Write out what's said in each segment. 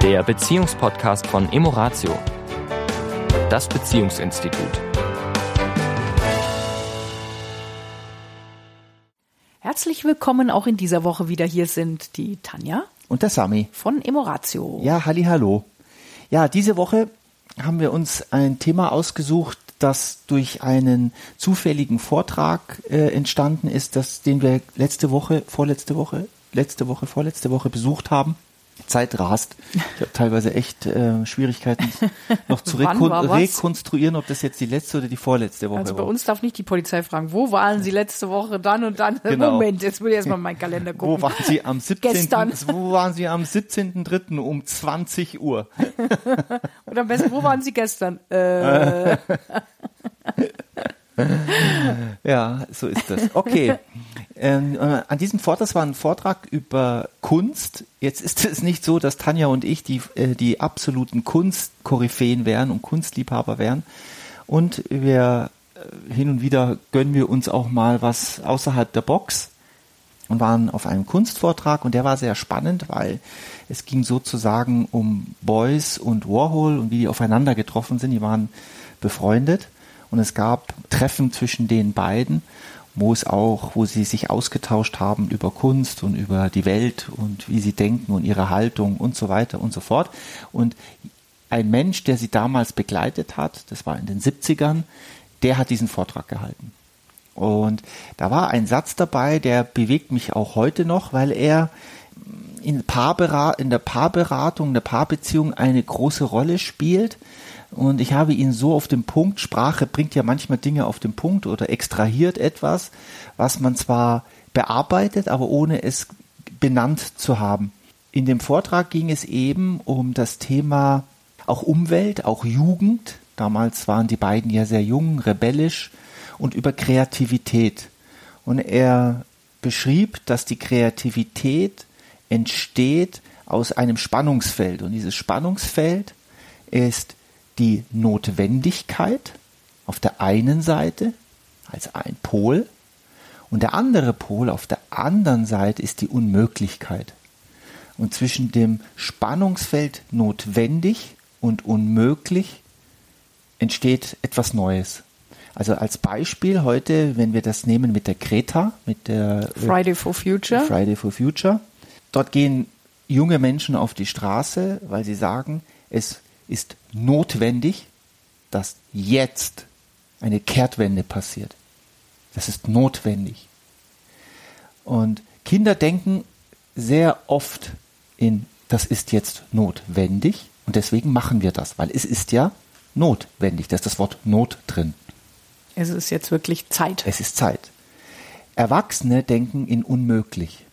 Der Beziehungspodcast von Emoratio, das Beziehungsinstitut. Herzlich willkommen auch in dieser Woche wieder. Hier sind die Tanja und der Sami von Emoratio. Ja, hallihallo. Ja, diese Woche haben wir uns ein Thema ausgesucht, das durch einen zufälligen Vortrag entstanden ist, den wir vorletzte Woche besucht haben. Zeit rast. Ich habe teilweise echt Schwierigkeiten noch zu rekonstruieren, ob das jetzt die letzte oder die vorletzte Woche war. Also bei uns darf nicht die Polizei fragen, wo waren Sie letzte Woche dann und dann? Genau. Moment, jetzt will ich erstmal meinen Kalender gucken. Wo waren Sie am 17. Gestern. Wo waren Sie am 17.03. um 20 Uhr? Oder am besten, wo waren Sie gestern? Ja, so ist das. Okay. An diesem Vortrag war ein Vortrag über Kunst. Jetzt ist es nicht so, dass Tanja und ich die absoluten Kunstkoryphäen wären und Kunstliebhaber wären. Und wir hin und wieder gönnen wir uns auch mal was außerhalb der Box und waren auf einem Kunstvortrag und der war sehr spannend, weil es ging sozusagen um Beuys und Warhol und wie die aufeinander getroffen sind. Die waren befreundet und es gab Treffen zwischen den beiden, wo sie sich ausgetauscht haben über Kunst und über die Welt und wie sie denken und ihre Haltung und so weiter und so fort. Und ein Mensch, der sie damals begleitet hat, das war in den 70ern, der hat diesen Vortrag gehalten. Und da war ein Satz dabei, der bewegt mich auch heute noch, weil er in der Paarberatung, in der Paarbeziehung eine große Rolle spielt. Und ich habe ihn so auf den Punkt, Sprache bringt ja manchmal Dinge auf den Punkt oder extrahiert etwas, was man zwar bearbeitet, aber ohne es benannt zu haben. In dem Vortrag ging es eben um das Thema auch Umwelt, auch Jugend. Damals waren die beiden ja sehr jung, rebellisch und über Kreativität. Und er beschrieb, dass die Kreativität entsteht aus einem Spannungsfeld. Und dieses Spannungsfeld ist die Notwendigkeit auf der einen Seite als ein Pol und der andere Pol auf der anderen Seite ist die Unmöglichkeit. Und zwischen dem Spannungsfeld notwendig und unmöglich entsteht etwas Neues. Also als Beispiel heute, wenn wir das nehmen mit der Greta, mit der Friday for Future. Dort gehen junge Menschen auf die Straße, weil sie sagen, es ist notwendig, dass jetzt eine Kehrtwende passiert. Das ist notwendig. Und Kinder denken sehr oft das ist jetzt notwendig und deswegen machen wir das, weil es ist ja notwendig. Da ist das Wort Not drin. Es ist jetzt wirklich Zeit. Es ist Zeit. Erwachsene denken in unmöglich.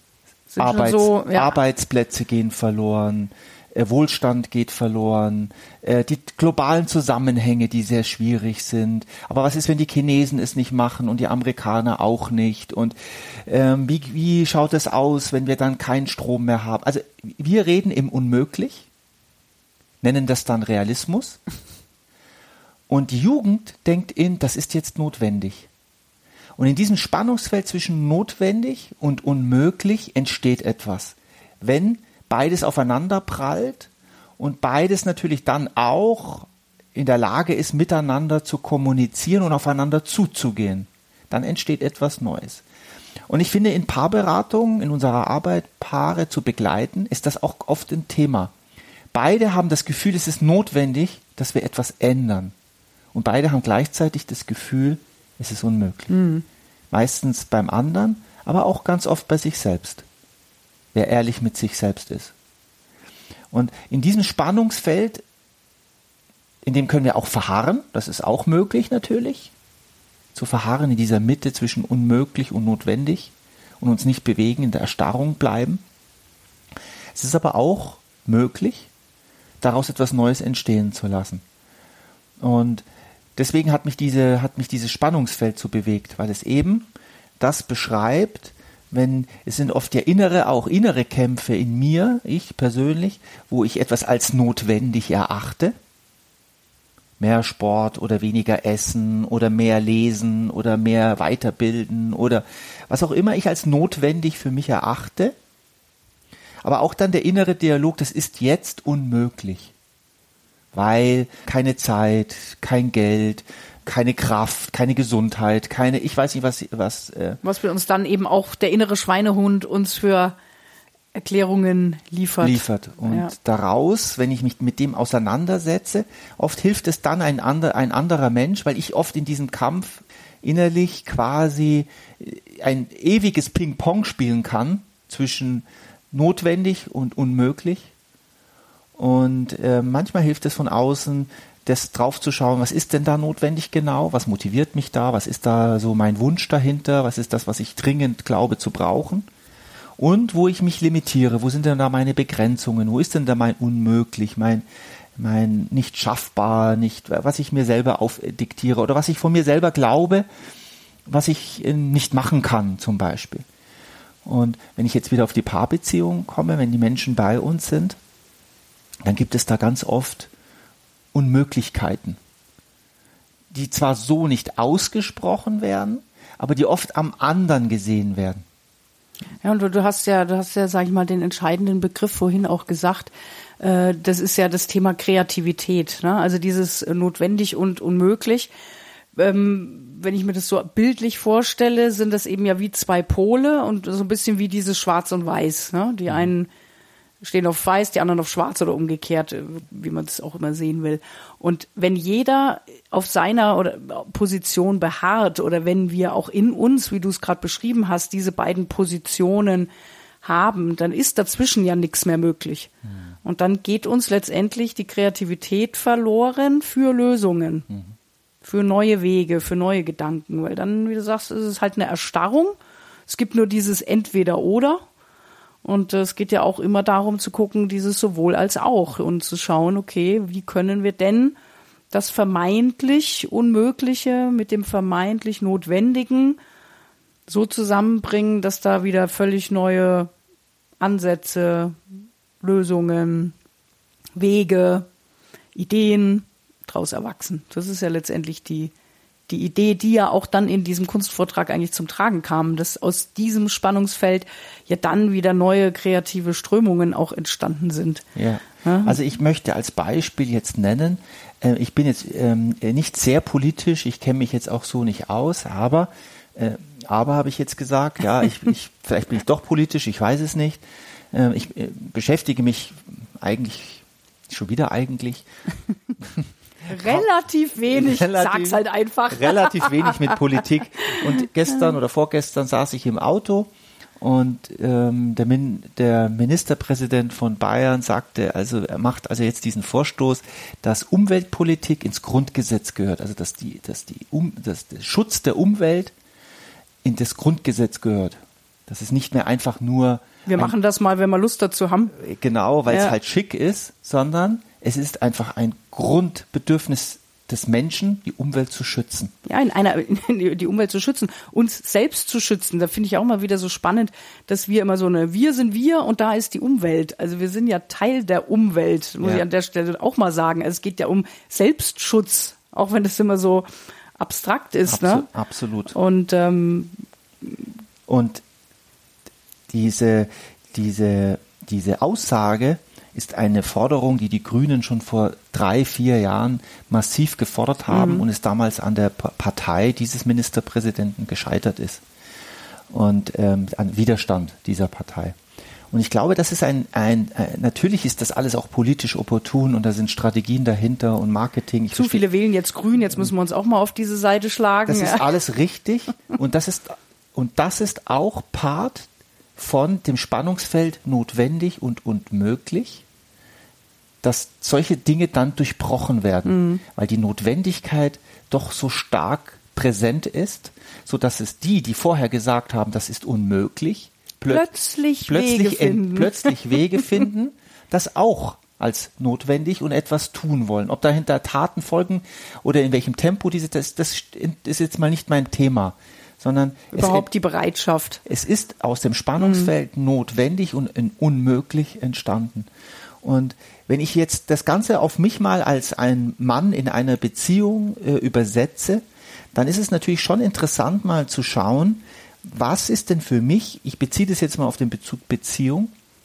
Arbeitsplätze gehen verloren, Wohlstand geht verloren, die globalen Zusammenhänge, die sehr schwierig sind. Aber was ist, wenn die Chinesen es nicht machen und die Amerikaner auch nicht? Und wie schaut es aus, wenn wir dann keinen Strom mehr haben? Also wir reden im Unmöglich, nennen das dann Realismus. Und die Jugend denkt das ist jetzt notwendig. Und in diesem Spannungsfeld zwischen notwendig und unmöglich entsteht etwas. Wenn beides aufeinander prallt und beides natürlich dann auch in der Lage ist, miteinander zu kommunizieren und aufeinander zuzugehen, dann entsteht etwas Neues. Und ich finde, in Paarberatungen, in unserer Arbeit, Paare zu begleiten, ist das auch oft ein Thema. Beide haben das Gefühl, es ist notwendig, dass wir etwas ändern. Und beide haben gleichzeitig das Gefühl, es ist unmöglich. Mhm. Meistens beim anderen, aber auch ganz oft bei sich selbst. Wer ehrlich mit sich selbst ist. Und in diesem Spannungsfeld, in dem können wir auch verharren, das ist auch möglich natürlich, zu verharren in dieser Mitte zwischen unmöglich und notwendig und uns nicht bewegen, in der Erstarrung bleiben. Es ist aber auch möglich, daraus etwas Neues entstehen zu lassen. Und deswegen hat mich dieses Spannungsfeld so bewegt, weil es eben das beschreibt, es sind oft ja innere Kämpfe in mir, ich persönlich, wo ich etwas als notwendig erachte. Mehr Sport oder weniger Essen oder mehr Lesen oder mehr Weiterbilden oder was auch immer ich als notwendig für mich erachte. Aber auch dann der innere Dialog, das ist jetzt unmöglich. Weil keine Zeit, kein Geld, keine Kraft, keine Gesundheit, ich weiß nicht, was wir uns dann eben auch der innere Schweinehund uns für Erklärungen liefert. Und daraus, wenn ich mich mit dem auseinandersetze, oft hilft es dann ein anderer Mensch, weil ich oft in diesem Kampf innerlich quasi ein ewiges Ping-Pong spielen kann zwischen notwendig und unmöglich. Und manchmal hilft es von außen, das drauf zu schauen, was ist denn da notwendig genau, was motiviert mich da, was ist da so mein Wunsch dahinter, was ist das, was ich dringend glaube zu brauchen und wo ich mich limitiere, wo sind denn da meine Begrenzungen, wo ist denn da mein Unmöglich, mein nicht schaffbar, was ich mir selber aufdiktiere oder was ich von mir selber glaube, was ich nicht machen kann zum Beispiel. Und wenn ich jetzt wieder auf die Paarbeziehungen komme, wenn die Menschen bei uns sind, dann gibt es da ganz oft Unmöglichkeiten, die zwar so nicht ausgesprochen werden, aber die oft am anderen gesehen werden. Ja, und du hast ja, sag ich mal, den entscheidenden Begriff vorhin auch gesagt. Das ist ja das Thema Kreativität, ne? Also dieses notwendig und unmöglich. Wenn ich mir das so bildlich vorstelle, sind das eben ja wie zwei Pole und so ein bisschen wie dieses Schwarz und Weiß, ne? Die einen stehen auf Weiß, die anderen auf Schwarz oder umgekehrt, wie man es auch immer sehen will. Und wenn jeder auf seiner Position beharrt oder wenn wir auch in uns, wie du es gerade beschrieben hast, diese beiden Positionen haben, dann ist dazwischen ja nichts mehr möglich. Mhm. Und dann geht uns letztendlich die Kreativität verloren für Lösungen, für neue Wege, für neue Gedanken. Weil dann, wie du sagst, ist es halt eine Erstarrung. Es gibt nur dieses Entweder-Oder. Und es geht ja auch immer darum zu gucken, dieses sowohl als auch und zu schauen, okay, wie können wir denn das vermeintlich Unmögliche mit dem vermeintlich Notwendigen so zusammenbringen, dass da wieder völlig neue Ansätze, Lösungen, Wege, Ideen draus erwachsen. Das ist ja letztendlich die Idee, die ja auch dann in diesem Kunstvortrag eigentlich zum Tragen kam, dass aus diesem Spannungsfeld ja dann wieder neue kreative Strömungen auch entstanden sind. Ja. Also ich möchte als Beispiel jetzt nennen, ich bin jetzt nicht sehr politisch, ich kenne mich jetzt auch so nicht aus, aber habe ich jetzt gesagt, ja, vielleicht bin ich doch politisch, ich weiß es nicht. Ich beschäftige mich eigentlich, schon wieder eigentlich, relativ wenig, sag's halt einfach. Relativ wenig mit Politik. Und gestern oder vorgestern saß ich im Auto und der Ministerpräsident von Bayern sagte, also er macht also jetzt diesen Vorstoß, dass Umweltpolitik ins Grundgesetz gehört, also dass der Schutz der Umwelt in das Grundgesetz gehört. Das ist nicht mehr einfach nur wir machen das mal, wenn wir Lust dazu haben. Genau, weil es halt schick ist, sondern es ist einfach ein Grundbedürfnis des Menschen, die Umwelt zu schützen. Ja, die Umwelt zu schützen, uns selbst zu schützen. Da finde ich auch mal wieder so spannend, dass wir immer so wir sind wir und da ist die Umwelt. Also wir sind ja Teil der Umwelt, muss ich an der Stelle auch mal sagen. Also es geht ja um Selbstschutz, auch wenn das immer so abstrakt ist. Absolut. Und diese Aussage ist eine Forderung, die die Grünen schon vor 3-4 Jahren massiv gefordert haben und es damals an der Partei dieses Ministerpräsidenten gescheitert ist und an Widerstand dieser Partei. Und ich glaube, das ist natürlich ist das alles auch politisch opportun und da sind Strategien dahinter und Marketing. Viele wählen jetzt Grün, jetzt müssen wir uns auch mal auf diese Seite schlagen. Das ist alles richtig und das ist auch Part von dem Spannungsfeld notwendig und unmöglich, dass solche Dinge dann durchbrochen werden, weil die Notwendigkeit doch so stark präsent ist, sodass es die vorher gesagt haben, das ist unmöglich, plötzlich Wege finden, das auch als notwendig und etwas tun wollen. Ob dahinter Taten folgen oder in welchem Tempo das ist jetzt mal nicht mein Thema. Sondern die Bereitschaft. Es ist aus dem Spannungsfeld notwendig und unmöglich entstanden. Und wenn ich jetzt das Ganze auf mich mal als ein Mann in einer Beziehung übersetze, dann ist es natürlich schon interessant mal zu schauen, was ist denn für mich, ich beziehe das jetzt mal auf den Bezug Beziehung,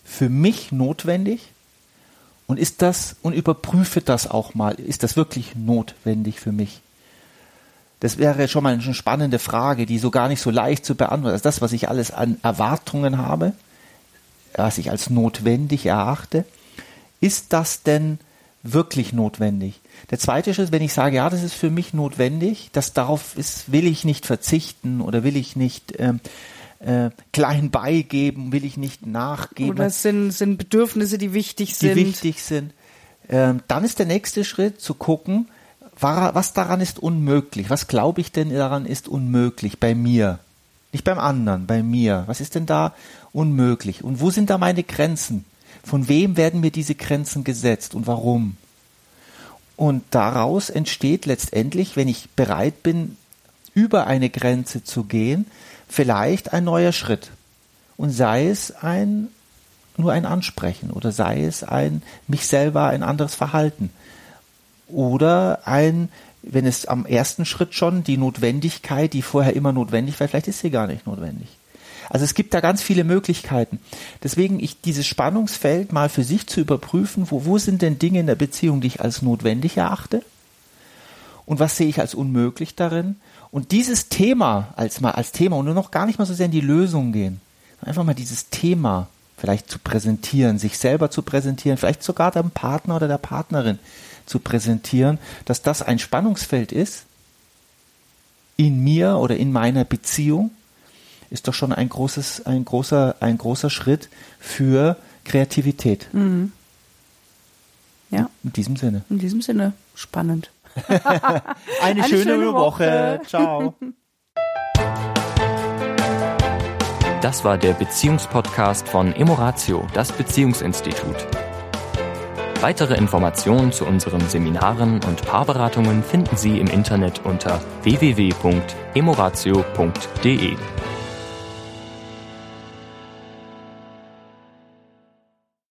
für mich notwendig? Und überprüfe das auch mal, ist das wirklich notwendig für mich? Das wäre schon mal eine spannende Frage, die so gar nicht so leicht zu beantworten. Also das, was ich alles an Erwartungen habe, was ich als notwendig erachte, ist das denn wirklich notwendig? Der zweite Schritt, wenn ich sage, ja, das ist für mich notwendig, will ich nicht verzichten oder will ich nicht klein beigeben, will ich nicht nachgeben. Oder es sind Bedürfnisse, die wichtig sind. Dann ist der nächste Schritt zu gucken, was daran ist unmöglich. Was glaube ich denn daran ist unmöglich bei mir? Nicht beim anderen, bei mir. Was ist denn da unmöglich? Und wo sind da meine Grenzen? Von wem werden mir diese Grenzen gesetzt und warum? Und daraus entsteht letztendlich, wenn ich bereit bin, über eine Grenze zu gehen, vielleicht ein neuer Schritt. Und sei es nur ein Ansprechen oder sei es mich selber ein anderes Verhalten. Oder wenn es am ersten Schritt schon die Notwendigkeit, die vorher immer notwendig war, vielleicht ist sie gar nicht notwendig. Also es gibt da ganz viele Möglichkeiten. Deswegen dieses Spannungsfeld mal für sich zu überprüfen, wo sind denn Dinge in der Beziehung, die ich als notwendig erachte? Und was sehe ich als unmöglich darin? Und dieses Thema als Thema und nur noch gar nicht mal so sehr in die Lösung gehen. Einfach mal dieses Thema vielleicht zu präsentieren, sich selber zu präsentieren, vielleicht sogar dem Partner oder der Partnerin zu präsentieren, dass das ein Spannungsfeld ist in mir oder in meiner Beziehung, ist doch schon ein großer Schritt für Kreativität. Mhm. Ja. In diesem Sinne. In diesem Sinne. Spannend. Eine schöne Woche. Ciao. Das war der Beziehungspodcast von Emoratio, das Beziehungsinstitut. Weitere Informationen zu unseren Seminaren und Paarberatungen finden Sie im Internet unter www.emoratio.de.